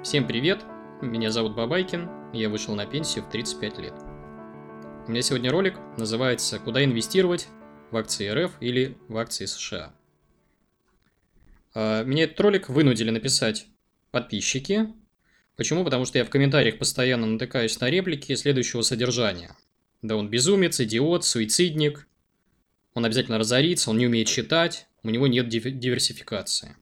Всем привет, меня зовут Бабайкин, я вышел на пенсию в 35 лет. У меня сегодня ролик называется «Куда инвестировать? В акции РФ или в акции США?». Меня этот ролик вынудили написать подписчики. Почему? Потому что я в комментариях постоянно натыкаюсь на реплики следующего содержания. Да он безумец, идиот, суицидник, он обязательно разорится, он не умеет считать, у него нет диверсификации.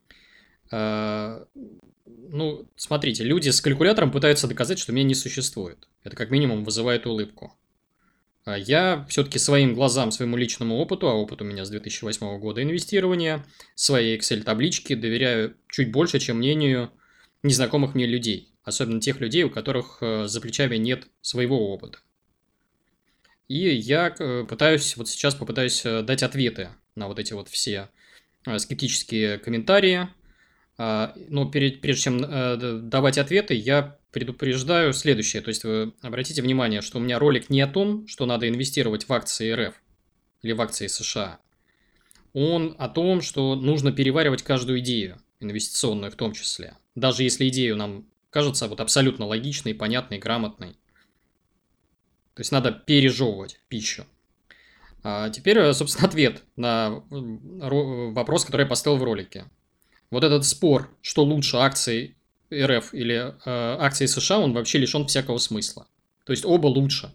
Смотрите, люди с калькулятором пытаются доказать, что меня не существует. Это как минимум вызывает улыбку. Я все-таки своим глазам, своему личному опыту, а опыт у меня с 2008 года инвестирования, своей Excel-табличке доверяю чуть больше, чем мнению незнакомых мне людей. Особенно тех людей, у которых за плечами нет своего опыта. И я сейчас попытаюсь дать ответы на вот эти вот все скептические комментарии. Но прежде чем давать ответы, я предупреждаю следующее. То есть вы обратите внимание, что у меня ролик не о том, что надо инвестировать в акции РФ или в акции США. Он о том, что нужно переваривать каждую идею, инвестиционную в том числе. Даже если идею нам кажется вот абсолютно логичной, понятной, грамотной. То есть надо пережевывать пищу. Теперь, собственно, ответ на вопрос, который я поставил в ролике. Вот этот спор, что лучше, акции РФ или акции США, он вообще лишен всякого смысла. То есть оба лучше.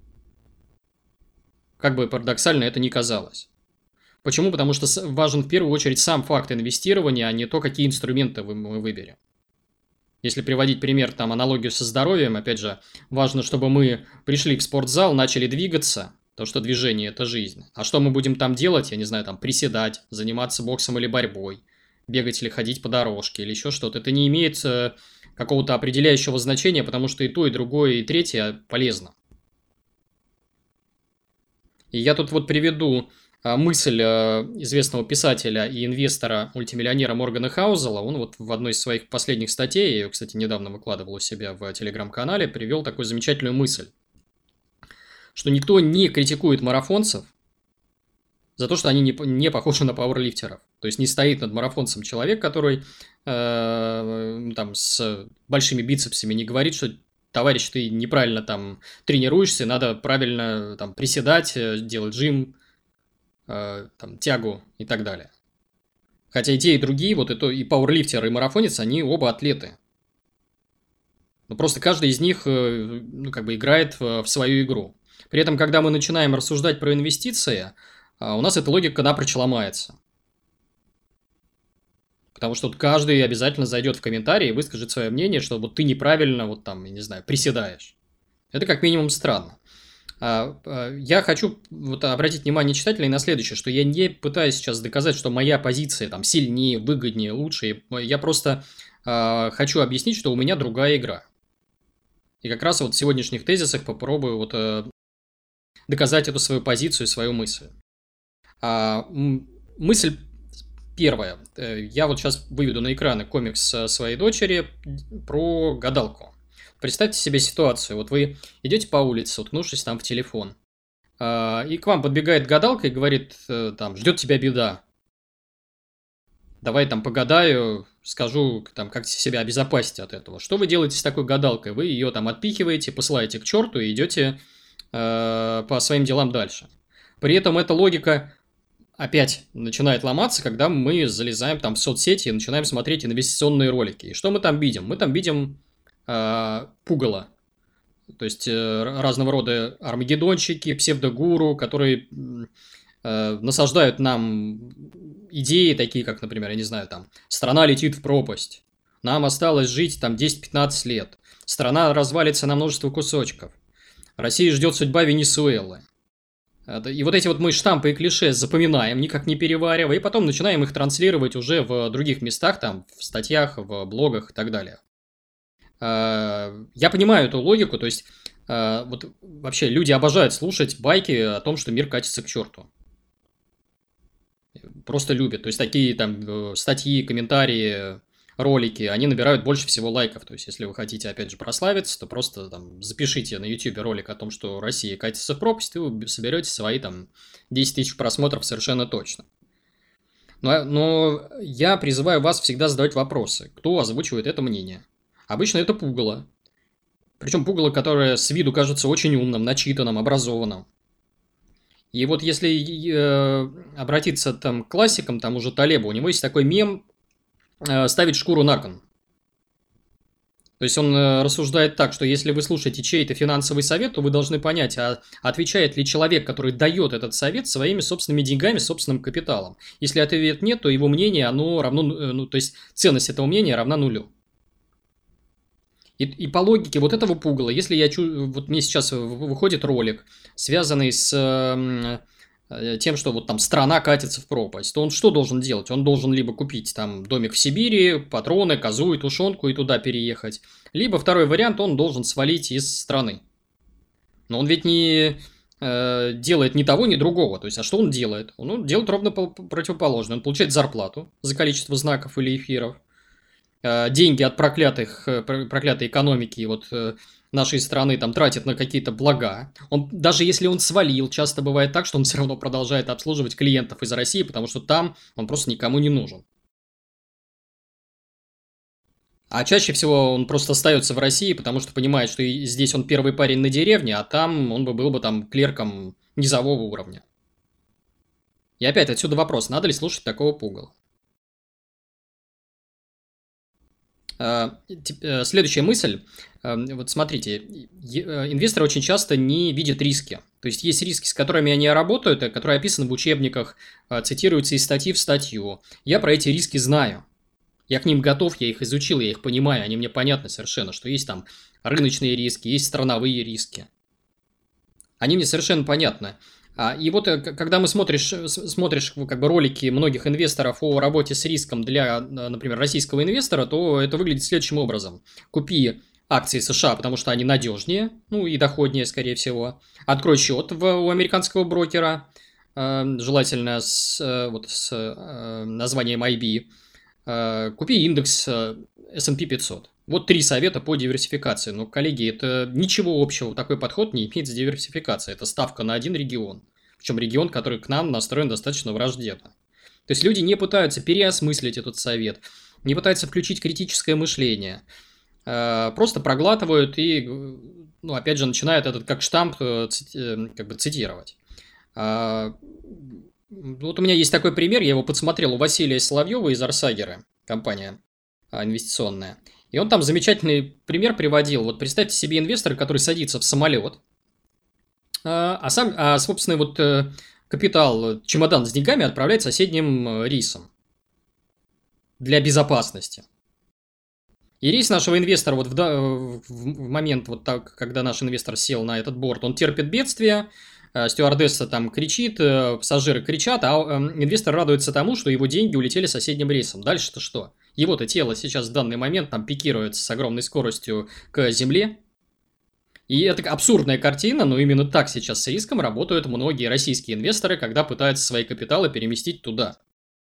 Как бы парадоксально это ни казалось. Почему? Потому что важен в первую очередь сам факт инвестирования, а не то, какие инструменты мы выберем. Если приводить пример, аналогию со здоровьем, опять же, важно, чтобы мы пришли в спортзал, начали двигаться, то, что движение – это жизнь. А что мы будем там делать, я не знаю, приседать, заниматься боксом или борьбой, бегать или ходить по дорожке или еще что-то. Это не имеет какого-то определяющего значения, потому что и то, и другое, и третье полезно. И я тут вот приведу мысль известного писателя и инвестора, мультимиллионера Моргана Хаузела. Он вот в одной из своих последних статей, я ее, кстати, недавно выкладывал у себя в телеграм-канале, привел такую замечательную мысль, что никто не критикует марафонцев за то, что они не похожи на пауэрлифтеров. То есть не стоит над марафонцем человек, который с большими бицепсами, не говорит, что товарищ, ты неправильно тренируешься, надо правильно приседать, делать жим, тягу и так далее. Хотя и те, и другие, и пауэрлифтер, и марафонец, они оба атлеты. Но просто каждый из них играет в свою игру. При этом, когда мы начинаем рассуждать про инвестиции, у нас эта логика напрочь ломается. Потому что каждый обязательно зайдет в комментарии и выскажет свое мнение, что вот ты неправильно, приседаешь. Это как минимум странно. Я хочу обратить внимание читателей на следующее, что я не пытаюсь сейчас доказать, что моя позиция сильнее, выгоднее, лучше. Я просто хочу объяснить, что у меня другая игра. И как раз в сегодняшних тезисах попробую доказать эту свою позицию, свою мысль. Мысль первая. Я сейчас выведу на экраны комикс своей дочери про гадалку. Представьте себе ситуацию. Вот вы идете по улице, уткнувшись в телефон. И к вам подбегает гадалка и говорит, ждет тебя беда. Давай погадаю, скажу, как себя обезопасить от этого. Что вы делаете с такой гадалкой? Вы ее отпихиваете, посылаете к черту и идете по своим делам дальше. При этом эта логика опять начинает ломаться, когда мы залезаем в соцсети и начинаем смотреть инвестиционные ролики. И что мы там видим? Мы там видим пугало. То есть разного рода армагеддонщики, псевдогуру, которые насаждают нам идеи такие, как, например, я не знаю, страна летит в пропасть. Нам осталось жить 10-15 лет. Страна развалится на множество кусочков. Россия ждет судьба Венесуэлы. И вот эти мы штампы и клише запоминаем, никак не переваривая, и потом начинаем их транслировать уже в других местах, в статьях, в блогах и так далее. Я понимаю эту логику, то есть вообще люди обожают слушать байки о том, что мир катится к черту. Просто любят. То есть такие статьи, комментарии, ролики, они набирают больше всего лайков. То есть если вы хотите, опять же, прославиться, то просто запишите на YouTube ролик о том, что Россия катится в пропасть, и вы соберете свои 10 тысяч просмотров совершенно точно. Но я призываю вас всегда задавать вопросы. Кто озвучивает это мнение? Обычно это пугало. Причем пугало, которое с виду кажется очень умным, начитанным, образованным. И вот если обратиться там к классикам, там уже Талебу, у него есть такой мем «ставить шкуру на кон». То есть он рассуждает так, что если вы слушаете чей-то финансовый совет, то вы должны понять, а отвечает ли человек, который дает этот совет, своими собственными деньгами, собственным капиталом. Если ответ нет, то его мнение, оно равно, ну, то есть ценность этого мнения равна нулю. И по логике вот этого пугала, если вот мне сейчас выходит ролик, связанный с тем, что вот там страна катится в пропасть, то он что должен делать? Он должен либо купить там домик в Сибири, патроны, козу и тушенку и туда переехать, либо второй вариант, он должен свалить из страны. Но он ведь не делает ни того, ни другого. То есть, а что он делает? Он делает ровно противоположное. Он получает зарплату за количество знаков или эфиров, деньги от проклятой экономики вот нашей страны там тратит на какие-то блага. Даже если он свалил, часто бывает так, что он все равно продолжает обслуживать клиентов из России, потому что там он просто никому не нужен. А чаще всего он просто остается в России, потому что понимает, что здесь он первый парень на деревне, а там он был бы там клерком низового уровня. И опять отсюда вопрос, надо ли слушать такого пугала? Следующая мысль. Вот смотрите, инвесторы очень часто не видят риски. То есть, есть риски, с которыми они работают, которые описаны в учебниках, цитируются из статьи в статью. Я про эти риски знаю. Я к ним готов, я их изучил, я их понимаю, они мне понятны совершенно, что есть там рыночные риски, есть страновые риски. Они мне совершенно понятны. И вот когда смотришь как бы ролики многих инвесторов о работе с риском для, например, российского инвестора, то это выглядит следующим образом. Купи акции США, потому что они надежнее, ну и доходнее, скорее всего. Открой счет у американского брокера, желательно с названием IB. Купи индекс S&P 500. Вот 3 совета по диверсификации. Но, коллеги, это ничего общего. Такой подход не имеет с диверсификацией. Это ставка на один регион. Причем регион, который к нам настроен достаточно враждебно. То есть, люди не пытаются переосмыслить этот совет, не пытаются включить критическое мышление. Просто проглатывают и, ну, опять же, начинают этот как штамп как бы цитировать. Вот у меня есть такой пример, я его подсмотрел у Василия Соловьева из Арсагера, компания инвестиционная. И он там замечательный пример приводил. Вот представьте себе инвестора, который садится в самолет, собственный вот капитал, чемодан с деньгами отправляет соседним рейсом для безопасности. И рейс нашего инвестора вот в момент, вот так, когда наш инвестор сел на этот борт, он терпит бедствие, стюардесса там кричит, пассажиры кричат, а инвестор радуется тому, что его деньги улетели соседним рейсом. Дальше-то что? Его-то тело сейчас в данный момент там пикируется с огромной скоростью к земле. И это абсурдная картина, но именно так сейчас с риском работают многие российские инвесторы, когда пытаются свои капиталы переместить туда.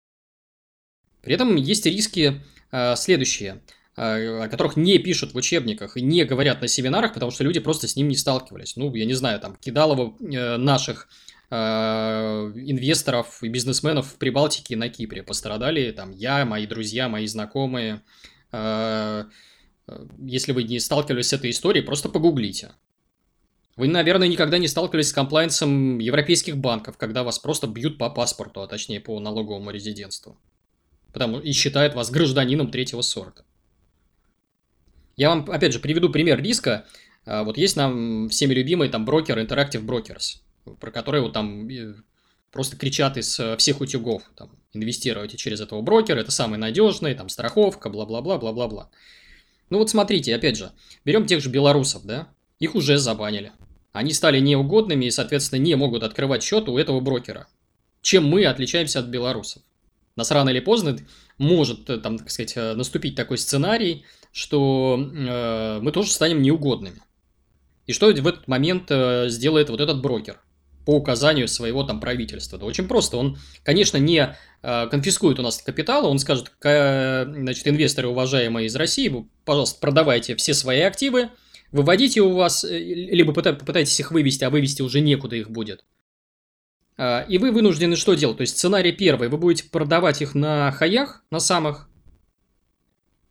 При этом есть риски следующие, о которых не пишут в учебниках и не говорят на семинарах, потому что люди просто с ним не сталкивались. Ну, я не знаю, там, кидалово наших инвесторов и бизнесменов в Прибалтике и на Кипре пострадали, там, я, мои друзья, мои знакомые. Если вы не сталкивались с этой историей, просто погуглите. Вы, наверное, никогда не сталкивались с комплайнсом европейских банков, когда вас просто бьют по паспорту, а точнее по налоговому резидентству. И считают вас гражданином третьего сорта. Я вам, опять же, приведу пример риска. Вот есть нам всеми любимый там брокер Interactive Brokers, про который вот там просто кричат из всех утюгов. Там, инвестируйте через этого брокера, это самый надежный, там страховка, бла-бла-бла, бла-бла-бла. Ну вот смотрите, опять же, берем тех же белорусов, да, их уже забанили. Они стали неугодными и, соответственно, не могут открывать счет у этого брокера. Чем мы отличаемся от белорусов? Нас рано или поздно может, там, так сказать, наступить такой сценарий, что мы тоже станем неугодными. И что в этот момент сделает вот этот брокер по указанию своего там правительства? Да очень просто. Он, конечно, не конфискует у нас капитал, он скажет, значит, инвесторы, уважаемые из России, вы, пожалуйста, продавайте все свои активы, выводите у вас, либо попытайтесь их вывести, а вывести уже некуда их будет. И вы вынуждены что делать? То есть, сценарий первый, вы будете продавать их на хаях, на самых,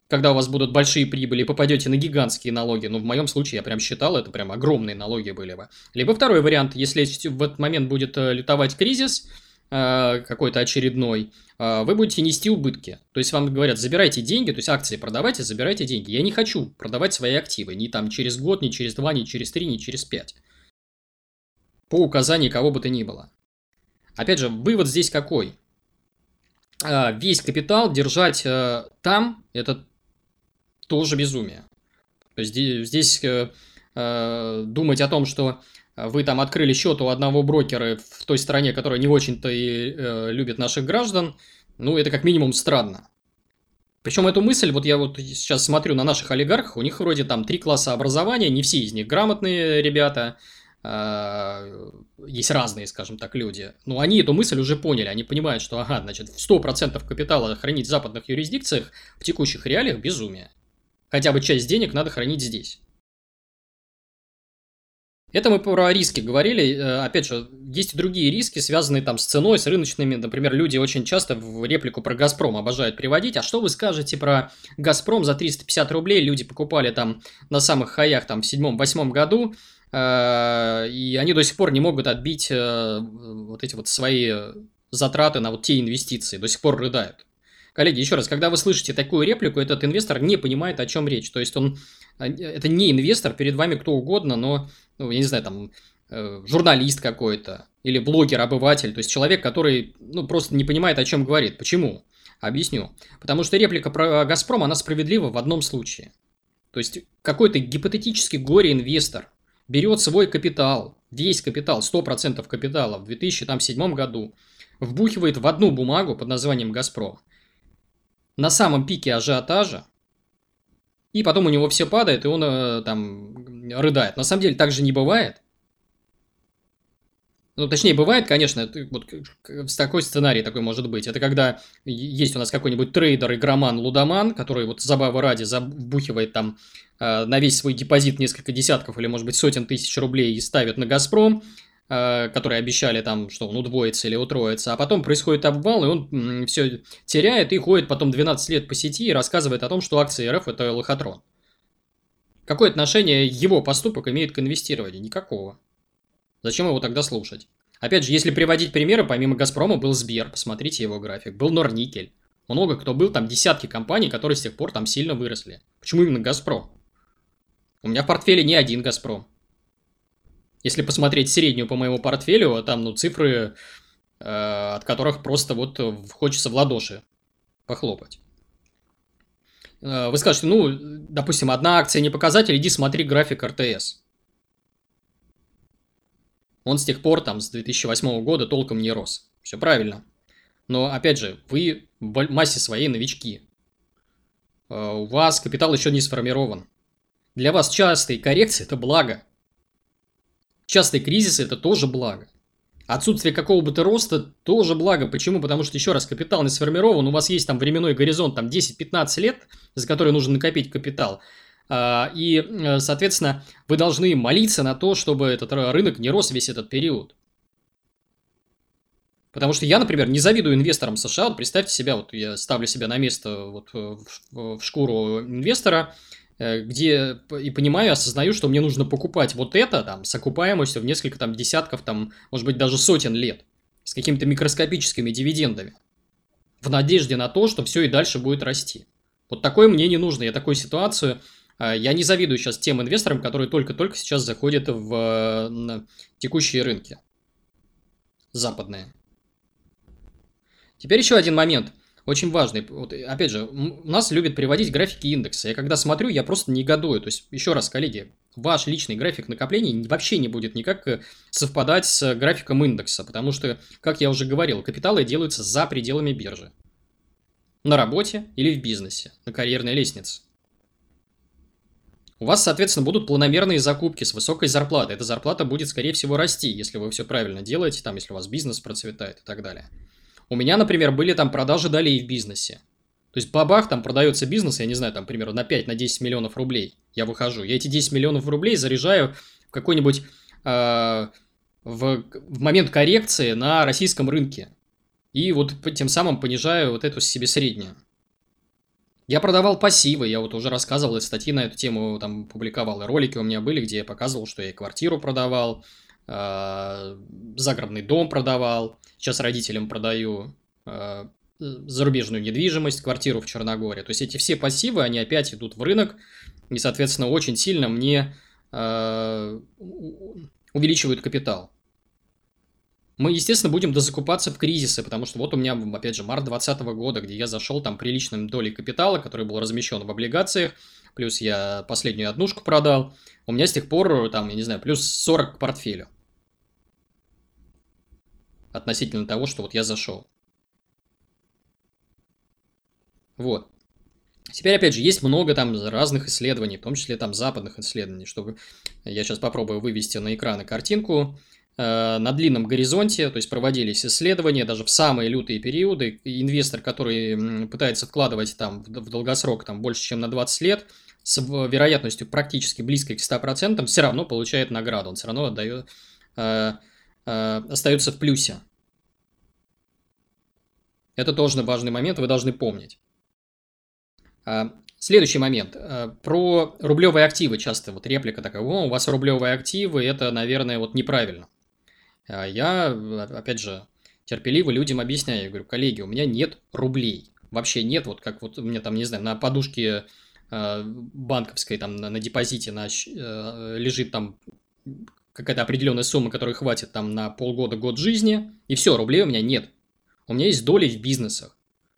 когда у вас будут большие прибыли, попадете на гигантские налоги, ну, в моем случае я прям считал, это прям огромные налоги были бы. Либо второй вариант, если в этот момент будет лютовать кризис какой-то очередной, вы будете нести убытки. То есть вам говорят, забирайте деньги, то есть акции продавайте, забирайте деньги. Я не хочу продавать свои активы ни там через год, ни через 2, ни через 3, ни через 5. По указанию кого бы то ни было. Опять же, вывод здесь какой? Весь капитал держать там, это тоже безумие. То есть здесь думать о том, что вы там открыли счет у одного брокера в той стране, которая не очень-то и любит наших граждан, ну, это как минимум странно. Причем эту мысль, вот я вот сейчас смотрю на наших олигархов, у них вроде там 3 класса образования, не все из них грамотные ребята, есть разные, скажем так, люди. Но они эту мысль уже поняли, они понимают, что, ага, значит, 100% капитала хранить в западных юрисдикциях в текущих реалиях безумие. Хотя бы часть денег надо хранить здесь. Это мы про риски говорили. Опять же, есть и другие риски, связанные там с ценой, с рыночными. Например, люди очень часто в реплику про «Газпром» обожают приводить. А что вы скажете про «Газпром» за 350 рублей? Люди покупали там на самых хаях там, в 2007-2008 году, и они до сих пор не могут отбить вот эти вот свои затраты на вот те инвестиции. До сих пор рыдают. Коллеги, еще раз, когда вы слышите такую реплику, этот инвестор не понимает, о чем речь. То есть это не инвестор, перед вами кто угодно, но, ну, я не знаю, там, журналист какой-то или блогер-обыватель, то есть человек, который, ну, просто не понимает, о чем говорит. Почему? Объясню. Потому что реплика про «Газпром», она справедлива в одном случае. То есть какой-то гипотетический горе-инвестор берет свой капитал, весь капитал, 100% капитала в 2007 году, вбухивает в одну бумагу под названием «Газпром», на самом пике ажиотажа, и потом у него все падает, и он там рыдает. На самом деле так же не бывает. Ну, точнее, бывает, конечно, вот такой сценарий такой может быть. Это когда есть у нас какой-нибудь трейдер, игроман, лудоман, который вот забавы ради вбухивает там на весь свой депозит несколько десятков или, может быть, сотен тысяч рублей и ставит на «Газпром», которые обещали там, что он удвоится или утроится, а потом происходит обвал, и он все теряет и ходит потом 12 лет по сети и рассказывает о том, что акции РФ – это лохотрон. Какое отношение его поступок имеет к инвестированию? Никакого. Зачем его тогда слушать? Опять же, если приводить примеры, помимо «Газпрома» был Сбер, посмотрите его график, был Норникель. Много кто был, там десятки компаний, которые с тех пор там сильно выросли. Почему именно «Газпром»? У меня в портфеле не один «Газпром». Если посмотреть среднюю по моему портфелю, там, ну, цифры, от которых просто вот хочется в ладоши похлопать. Вы скажете, ну, допустим, одна акция не показатель, иди смотри график РТС. Он с тех пор, там, с 2008 года толком не рос. Все правильно. Но, опять же, вы в массе своей новички. У вас капитал еще не сформирован. Для вас частые коррекции – это благо. Частые кризисы – это тоже благо. Отсутствие какого бы то роста – тоже благо. Почему? Потому что, еще раз, капитал не сформирован, у вас есть там временной горизонт там 10-15 лет, за который нужно накопить капитал. И, соответственно, вы должны молиться на то, чтобы этот рынок не рос весь этот период. Потому что я, например, не завидую инвесторам США. Вот представьте себя, вот я ставлю себя на место вот в шкуру инвестора, где и понимаю, осознаю, что мне нужно покупать вот это там с окупаемостью в несколько там десятков, там, может быть, даже сотен лет, с какими-то микроскопическими дивидендами, в надежде на то, что все и дальше будет расти. Вот такое мне не нужно, я такую ситуацию, я не завидую сейчас тем инвесторам, которые только-только сейчас заходят в текущие рынки западные. Теперь еще один момент. Очень важный. Вот, опять же, у нас любят приводить графики индекса. Я когда смотрю, я просто негодую. То есть, еще раз, коллеги, ваш личный график накоплений вообще не будет никак совпадать с графиком индекса. Потому что, как я уже говорил, капиталы делаются за пределами биржи. На работе или в бизнесе, на карьерной лестнице. У вас, соответственно, будут планомерные закупки с высокой зарплатой. Эта зарплата будет, скорее всего, расти, если вы все правильно делаете, там, если у вас бизнес процветает и так далее. У меня, например, были там продажи долей в бизнесе. То есть, бабах, там продается бизнес, я не знаю, там, примерно на 5-10 миллионов рублей я выхожу. Я эти 10 миллионов рублей заряжаю в какой-нибудь в момент коррекции на российском рынке. И вот тем самым понижаю вот эту себе среднюю. Я продавал пассивы, я вот уже рассказывал, и статьи на эту тему там публиковал, и ролики у меня были, где я показывал, что я и квартиру продавал, загородный дом продавал, сейчас родителям продаю зарубежную недвижимость, квартиру в Черногории. То есть эти все пассивы, они опять идут в рынок, и, соответственно, очень сильно мне увеличивают капитал. Мы, естественно, будем дозакупаться в кризисы, потому что вот у меня, опять же, март 2020 года, где я зашел там приличным долей капитала, который был размещен в облигациях, плюс я последнюю однушку продал, у меня с тех пор, там, я не знаю, плюс 40 к портфелю. Относительно того, что вот я зашел. Вот. Теперь, опять же, есть много там разных исследований, в том числе там западных исследований, чтобы я сейчас попробую вывести на экраны картинку. На длинном горизонте, то есть проводились исследования, даже в самые лютые периоды, инвестор, который пытается вкладывать там в долгосрок там больше, чем на 20 лет, с вероятностью практически близкой к 100%, все равно получает награду, он все равно отдает, остается в плюсе. Это тоже важный момент, вы должны помнить. Следующий момент. Про рублевые активы часто вот реплика такая: о, у вас рублевые активы, это, наверное, вот неправильно. Я, опять же, терпеливо людям объясняю, я говорю: коллеги, у меня нет рублей, вообще нет, вот как вот у меня там, не знаю, на подушке банковской, там на депозите лежит там какая-то определенная сумма, которая хватит там на полгода, год жизни, и все, рублей у меня нет. У меня есть доли в бизнесах.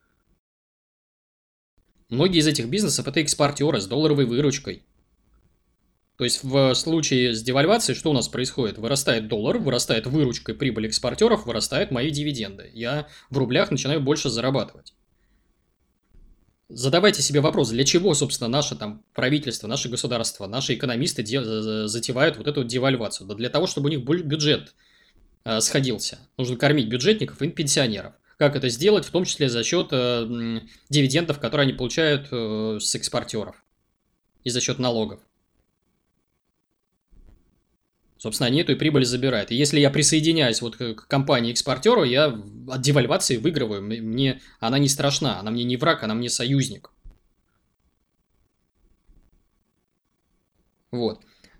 Многие из этих бизнесов – это экспортеры с долларовой выручкой. То есть в случае с девальвацией что у нас происходит? Вырастает доллар, вырастает выручка и прибыль экспортеров, вырастают мои дивиденды. Я в рублях начинаю больше зарабатывать. Задавайте себе вопрос, для чего, собственно, наше там правительство, наше государство, наши экономисты затевают вот эту девальвацию? Да для того, чтобы у них бюджет сходился. Нужно кормить бюджетников и пенсионеров. Как это сделать? В том числе за счет дивидендов, которые они получают с экспортеров. И за счет налогов. Собственно, они эту и прибыль забирают. И если я присоединяюсь вот к компании-экспортеру, я от девальвации выигрываю. Мне она не страшна, она мне не враг, она мне союзник. Вот.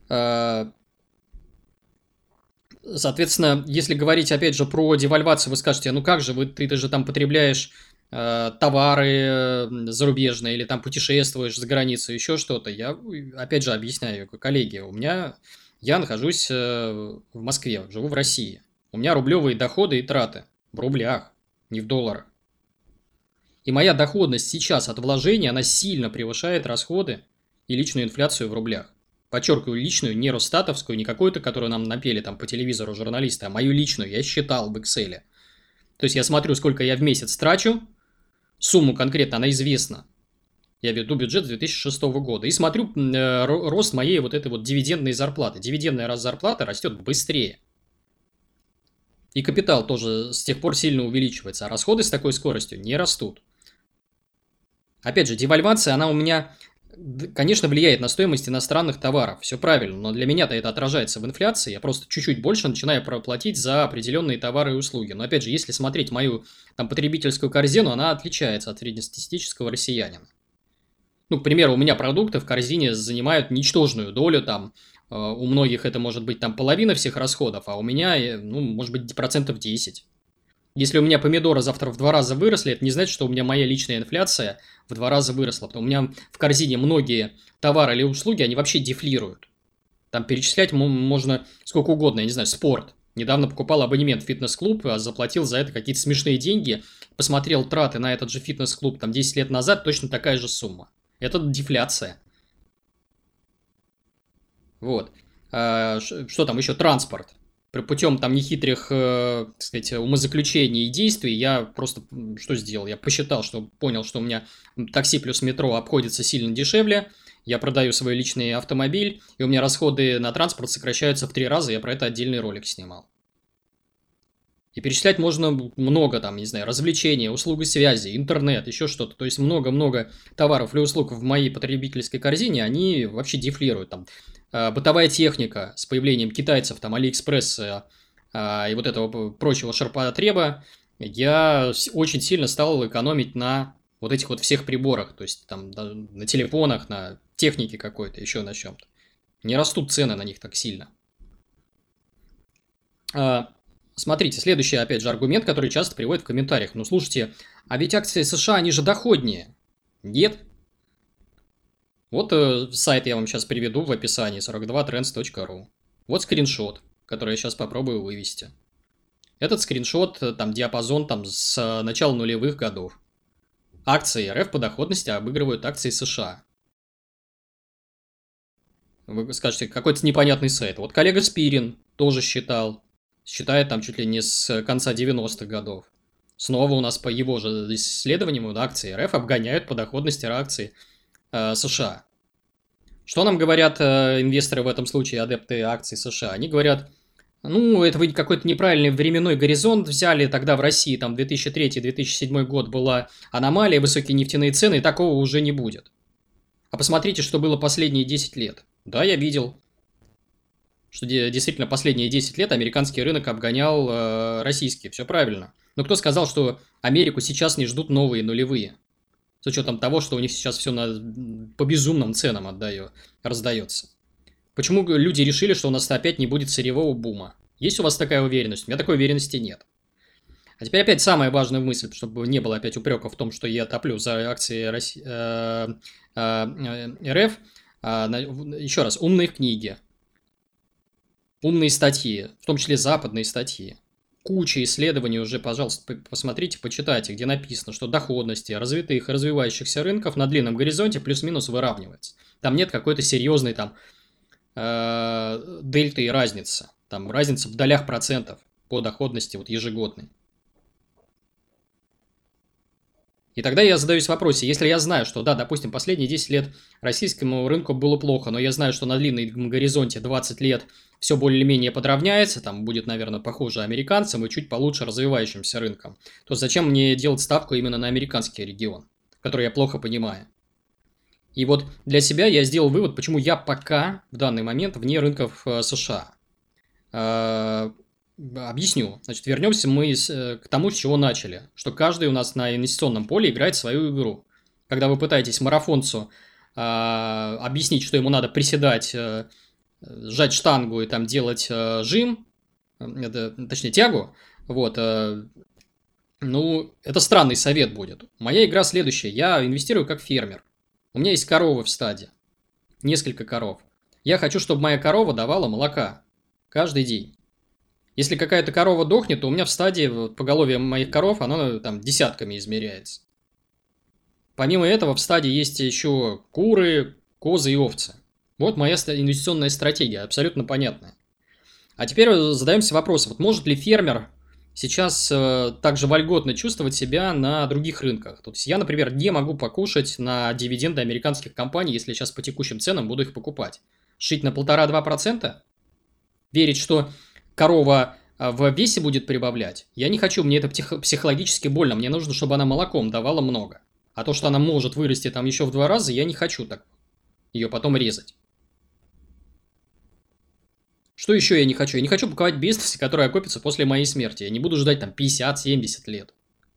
Соответственно, если говорить, опять же, про девальвацию, вы скажете: ну как же, ты же там потребляешь товары зарубежные или там путешествуешь за границу, еще что-то. Я, опять же, объясняю, коллеги, я нахожусь в Москве, живу в России. У меня рублевые доходы и траты в рублях, не в долларах. И моя доходность сейчас от вложения, она сильно превышает расходы и личную инфляцию в рублях. Подчеркиваю, личную, не росстатовскую, не какую-то, которую нам напели там по телевизору журналисты, а мою личную, я считал в Excel. То есть я смотрю, сколько я в месяц трачу, сумму конкретно, она известна. Я веду бюджет с 2006 года и смотрю рост моей вот этой вот дивидендной зарплаты. Дивидендная зарплата растет быстрее. И капитал тоже с тех пор сильно увеличивается, а расходы с такой скоростью не растут. Опять же, девальвация, она у меня, конечно, влияет на стоимость иностранных товаров. Все правильно, но для меня-то это отражается в инфляции. Я просто чуть-чуть больше начинаю платить за определенные товары и услуги. Но опять же, если смотреть мою там потребительскую корзину, она отличается от среднестатистического россиянина. Ну, к примеру, у меня продукты в корзине занимают ничтожную долю, там, у многих это может быть там половина всех расходов, а у меня, ну, может быть, процентов 10. Если у меня помидоры завтра в 2 раза выросли, это не значит, что у меня моя личная инфляция в 2 раза выросла, потому что у меня в корзине многие товары или услуги, они вообще дефлируют. Там перечислять можно сколько угодно, я не знаю, спорт. Недавно покупал абонемент в фитнес-клуб, а заплатил за это какие-то смешные деньги, посмотрел траты на этот же фитнес-клуб там 10 лет назад, точно такая же сумма. Это дефляция. Вот. Что там еще? Транспорт. Путем там нехитрых, так сказать, умозаключений и действий я просто что сделал? Я посчитал, что понял, что у меня такси плюс метро обходится сильно дешевле. Я продаю свой личный автомобиль, и у меня расходы на транспорт сокращаются в 3 раза. Я про это отдельный ролик снимал. И перечислять можно много, там, не знаю, развлечения, услуги связи, интернет, еще что-то. То есть много-много товаров или услуг в моей потребительской корзине, они вообще дефлируют. Там, бытовая техника с появлением китайцев, там, Алиэкспресс и вот этого прочего ширпотреба, я очень сильно стал экономить на Вот этих вот всех приборах, то есть там на телефонах, на технике какой-то, еще на чем-то. Не растут цены на них так сильно. Смотрите, следующий, опять же, аргумент, который часто приводят в комментариях. Ну, слушайте, а ведь акции США, они же доходнее. Нет. Вот сайт я вам сейчас приведу в описании, 42trends.ru. Вот скриншот, который я сейчас попробую вывести. Этот скриншот, там диапазон там, с начала нулевых годов. Акции РФ по доходности обыгрывают акции США. Вы скажете, какой-то непонятный сайт. Вот коллега Спирин тоже считает там чуть ли не с конца 90-х годов. Снова у нас по его же исследованиям акции РФ обгоняют по доходности акций США. Что нам говорят инвесторы в этом случае, адепты акций США? Они говорят, ну, это вы какой-то неправильный временной горизонт взяли, тогда в России там 2003-2007 год была аномалия, высокие нефтяные цены, и такого уже не будет. А посмотрите, что было последние 10 лет. Да, я видел, что действительно последние 10 лет американский рынок обгонял российский, все правильно. Но кто сказал, что Америку сейчас не ждут новые нулевые? С учетом того, что у них сейчас все по безумным ценам раздается. Почему люди решили, что у нас опять не будет сырьевого бума? Есть у вас такая уверенность? У меня такой уверенности нет. А теперь опять самая важная мысль, чтобы не было опять упреков в том, что я топлю за акции РФ. Еще раз, умные книги, умные статьи, в том числе западные статьи. Куча исследований уже, пожалуйста, посмотрите, почитайте, где написано, что доходности развитых и развивающихся рынков на длинном горизонте плюс-минус выравнивается. Там нет какой-то серьезной там дельты и разницы. Там разница в долях процентов по доходности вот ежегодной. И тогда я задаюсь вопросом, если я знаю, что, да, допустим, последние 10 лет российскому рынку было плохо, но я знаю, что на длинном горизонте 20 лет все более-менее подравняется, там будет, наверное, похоже американцам и чуть получше развивающимся рынкам, то зачем мне делать ставку именно на американский регион, который я плохо понимаю? И вот для себя я сделал вывод, почему я пока в данный момент вне рынков США. Объясню. Значит, вернемся мы к тому, с чего начали. Что каждый у нас на инвестиционном поле играет свою игру. Когда вы пытаетесь марафонцу объяснить, что ему надо приседать, сжать штангу и там делать жим, точнее тягу, вот, ну, это странный совет будет. Моя игра следующая. Я инвестирую как фермер. У меня есть коровы в стаде. Несколько коров. Я хочу, чтобы моя корова давала молока. Каждый день. Если какая-то корова дохнет, то у меня в стаде поголовье моих коров, оно там десятками измеряется. Помимо этого в стаде есть еще куры, козы и овцы. Вот моя инвестиционная стратегия, абсолютно понятная. А теперь задаемся вопросом, вот может ли фермер сейчас также вольготно чувствовать себя на других рынках? То есть я, например, не могу покушать на дивиденды американских компаний, если сейчас по текущим ценам буду их покупать. Шить на 1,5-2%? Верить, что корова в весе будет прибавлять? Я не хочу, мне это психологически больно. Мне нужно, чтобы она молоком давала много. А то, что она может вырасти там еще в 2 раза, я не хочу так ее потом резать. Что еще я не хочу? Я не хочу покупать бизнес, который окупится после моей смерти. Я не буду ждать там 50-70 лет.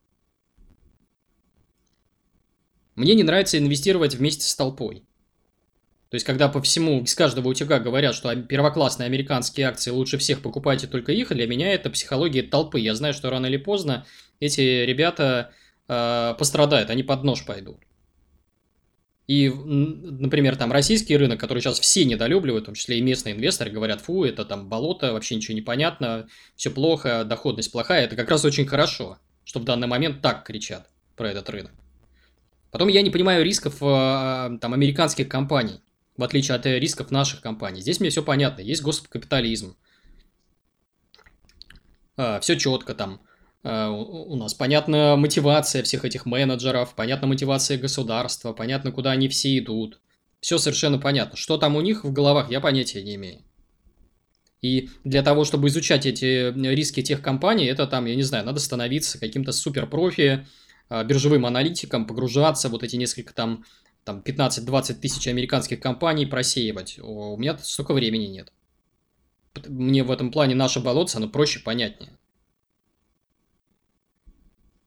Мне не нравится инвестировать вместе с толпой. То есть, когда по всему, из каждого утюга говорят, что первоклассные американские акции лучше всех покупайте только их, для меня это психология толпы. Я знаю, что рано или поздно эти ребята пострадают, они под нож пойдут. И, например, там российский рынок, который сейчас все недолюбливают, в том числе и местные инвесторы, говорят, фу, это там болото, вообще ничего не понятно, все плохо, доходность плохая. Это как раз очень хорошо, что в данный момент так кричат про этот рынок. Потом я не понимаю рисков там американских компаний, в отличие от рисков наших компаний. Здесь мне все понятно, есть госкапитализм, все четко там. У нас понятна мотивация всех этих менеджеров, понятна мотивация государства, понятно, куда они все идут. Все совершенно понятно. Что там у них в головах, я понятия не имею. И для того, чтобы изучать эти риски тех компаний, это там, я не знаю, надо становиться каким-то суперпрофи, биржевым аналитиком, погружаться, вот эти несколько там 15-20 тысяч американских компаний просеивать. У меня столько времени нет. Мне в этом плане наше болотце, оно проще, понятнее.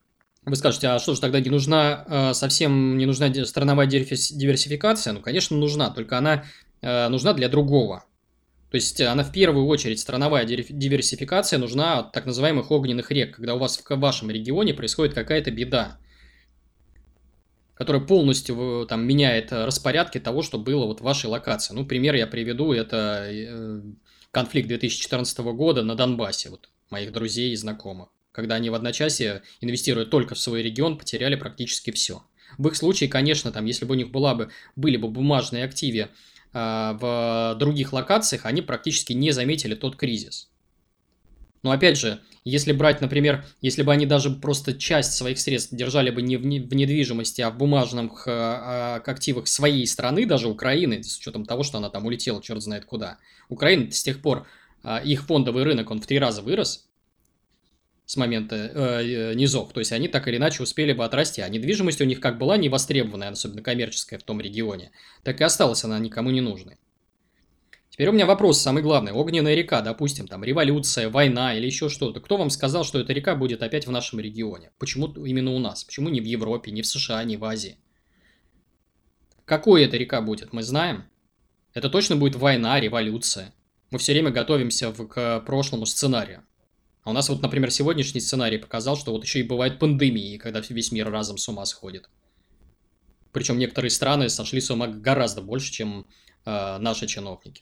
Вы скажете, а что же тогда не нужна, совсем не нужна страновая диверсификация? Ну, конечно, нужна, только она нужна для другого. То есть она в первую очередь, страновая диверсификация нужна от так называемых огненных рек, когда у вас в вашем регионе происходит какая-то беда, которая полностью там меняет распорядки того, что было вот в вашей локации. Ну, пример я приведу, это конфликт 2014 года на Донбассе, вот моих друзей и знакомых, когда они в одночасье, инвестируя только в свой регион, потеряли практически все. В их случае, конечно, там, если бы у них были бы бумажные активы в других локациях, они практически не заметили тот кризис. Но опять же, если брать, например, если бы они даже просто часть своих средств держали бы не в недвижимости, а в бумажных активах своей страны, даже Украины, с учетом того, что она там улетела черт знает куда. Украина с тех пор, их фондовый рынок, он в 3 раза вырос с момента низов. То есть они так или иначе успели бы отрасти. А недвижимость у них как была не востребованная, особенно коммерческая в том регионе, так и осталась она никому не нужной. Теперь у меня вопрос самый главный. Огненная река, допустим, там революция, война или еще что-то. Кто вам сказал, что эта река будет опять в нашем регионе? Почему именно у нас? Почему не в Европе, не в США, не в Азии? Какой эта река будет, мы знаем? Это точно будет война, революция. Мы все время готовимся к прошлому сценарию. А у нас вот, например, сегодняшний сценарий показал, что вот еще и бывают пандемии, когда весь мир разом с ума сходит. Причем некоторые страны сошли с ума гораздо больше, чем наши чиновники.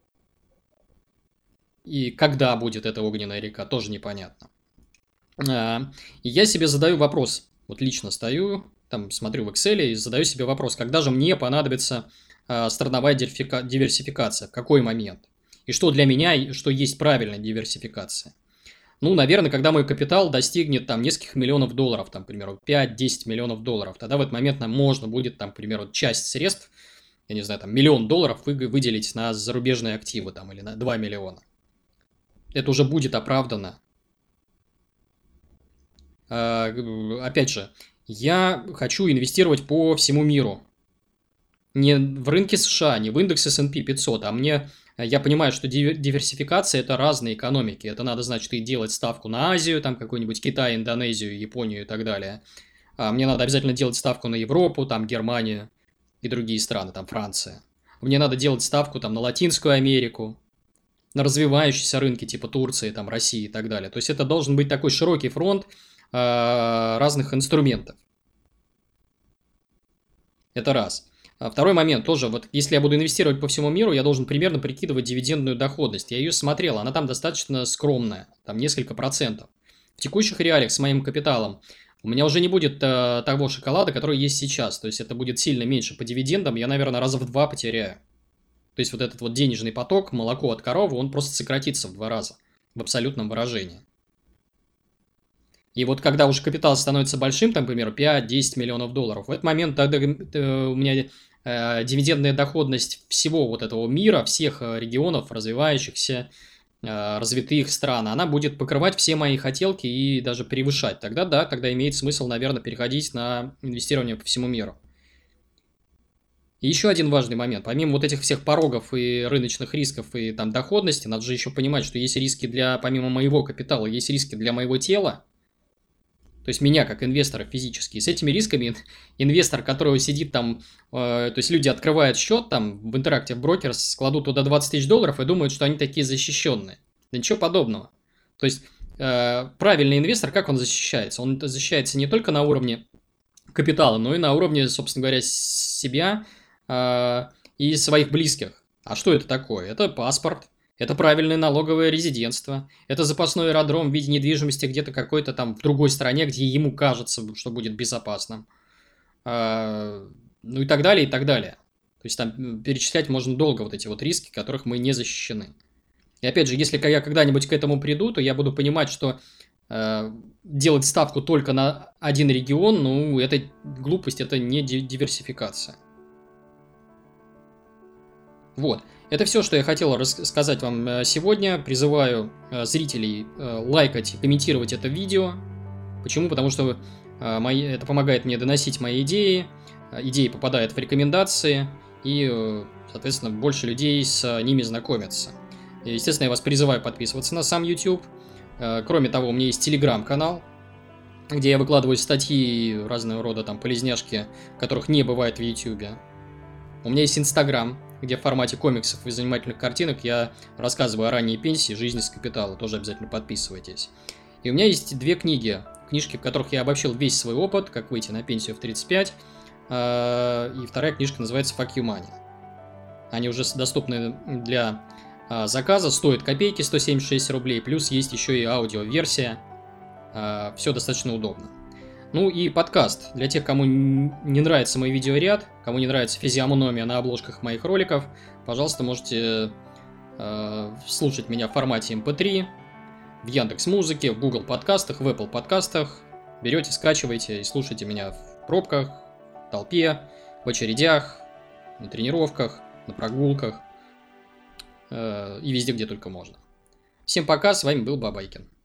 И когда будет эта огненная река, тоже непонятно. И я себе задаю вопрос. Вот лично стою, там смотрю в Excel и задаю себе вопрос, когда же мне понадобится страновая диверсификация, в какой момент? И что для меня, что есть правильная диверсификация? Ну, наверное, когда мой капитал достигнет там нескольких миллионов долларов, там, к примеру, 5-10 миллионов долларов, тогда в этот момент нам можно будет, там, к примеру, часть средств, я не знаю, там, $1 миллион выделить на зарубежные активы, там, или на 2 миллиона. Это уже будет оправдано. Опять же, я хочу инвестировать по всему миру. Не в рынке США, не в индекс S&P 500, я понимаю, что диверсификация – это разные экономики. Это надо, значит, и делать ставку на Азию, там какой-нибудь Китай, Индонезию, Японию и так далее. Мне надо обязательно делать ставку на Европу, там Германию и другие страны, там Франция. Мне надо делать ставку там на Латинскую Америку, на развивающиеся рынки типа Турции, там, России и так далее. То есть это должен быть такой широкий фронт разных инструментов. Это раз. Второй момент тоже, вот если я буду инвестировать по всему миру, я должен примерно прикидывать дивидендную доходность. Я ее смотрел, она там достаточно скромная, там несколько процентов. В текущих реалиях с моим капиталом у меня уже не будет того шоколада, который есть сейчас. То есть это будет сильно меньше по дивидендам, я, наверное, раза в 2 потеряю. То есть вот этот вот денежный поток, молоко от коровы, он просто сократится в 2 раза в абсолютном выражении. И вот когда уже капитал становится большим, там, к примеру, 5-10 миллионов долларов, в этот момент тогда у меня дивидендная доходность всего вот этого мира, всех регионов, развивающихся, развитых стран, она будет покрывать все мои хотелки и даже превышать. Тогда да, тогда имеет смысл, наверное, переходить на инвестирование по всему миру. И еще один важный момент. Помимо вот этих всех порогов и рыночных рисков и там доходности, надо же еще понимать, что есть риски помимо моего капитала, есть риски для моего тела. То есть меня как инвестора физически. И с этими рисками инвестор, который сидит там, то есть люди открывают счет там в Interactive Brokers, кладут туда 20 тысяч долларов и думают, что они такие защищенные. Да ничего подобного. То есть правильный инвестор, как он защищается? Он защищается не только на уровне капитала, но и на уровне, собственно говоря, себя и своих близких. А что это такое? Это паспорт. Это правильное налоговое резидентство. Это запасной аэродром в виде недвижимости где-то какой-то там в другой стране, где ему кажется, что будет безопасным. Ну и так далее, и так далее. То есть там перечислять можно долго вот эти вот риски, которых мы не защищены. И опять же, если я когда-нибудь к этому приду, то я буду понимать, что делать ставку только на один регион, ну, это глупость, это не диверсификация. Вот. Это все, что я хотел рассказать вам сегодня. Призываю зрителей лайкать и комментировать это видео. Почему? Потому что это помогает мне доносить мои идеи. Идеи попадают в рекомендации. И, соответственно, больше людей с ними знакомятся. И, естественно, я вас призываю подписываться на сам YouTube. Кроме того, у меня есть телеграм-канал. где я выкладываю статьи разного рода, там, полезняшки, которых не бывает в YouTube. У меня есть Инстаграм, где в формате комиксов и занимательных картинок я рассказываю о ранней пенсии, жизни с капитала. Тоже обязательно подписывайтесь. И у меня есть 2 книги. Книжки, в которых я обобщил весь свой опыт, как выйти на пенсию в 35. И вторая книжка называется «Fuck you money». Они уже доступны для заказа, стоят копейки, 176 рублей. Плюс есть еще и аудиоверсия. Все достаточно удобно. Ну и подкаст. Для тех, кому не нравится мой видеоряд, кому не нравится физиономия на обложках моих роликов, пожалуйста, можете слушать меня в формате MP3, в Яндекс.Музыке, в Google подкастах, в Apple подкастах. Берете, скачивайте и слушайте меня в пробках, в толпе, в очередях, на тренировках, на прогулках и везде, где только можно. Всем пока, с вами был Бабайкин.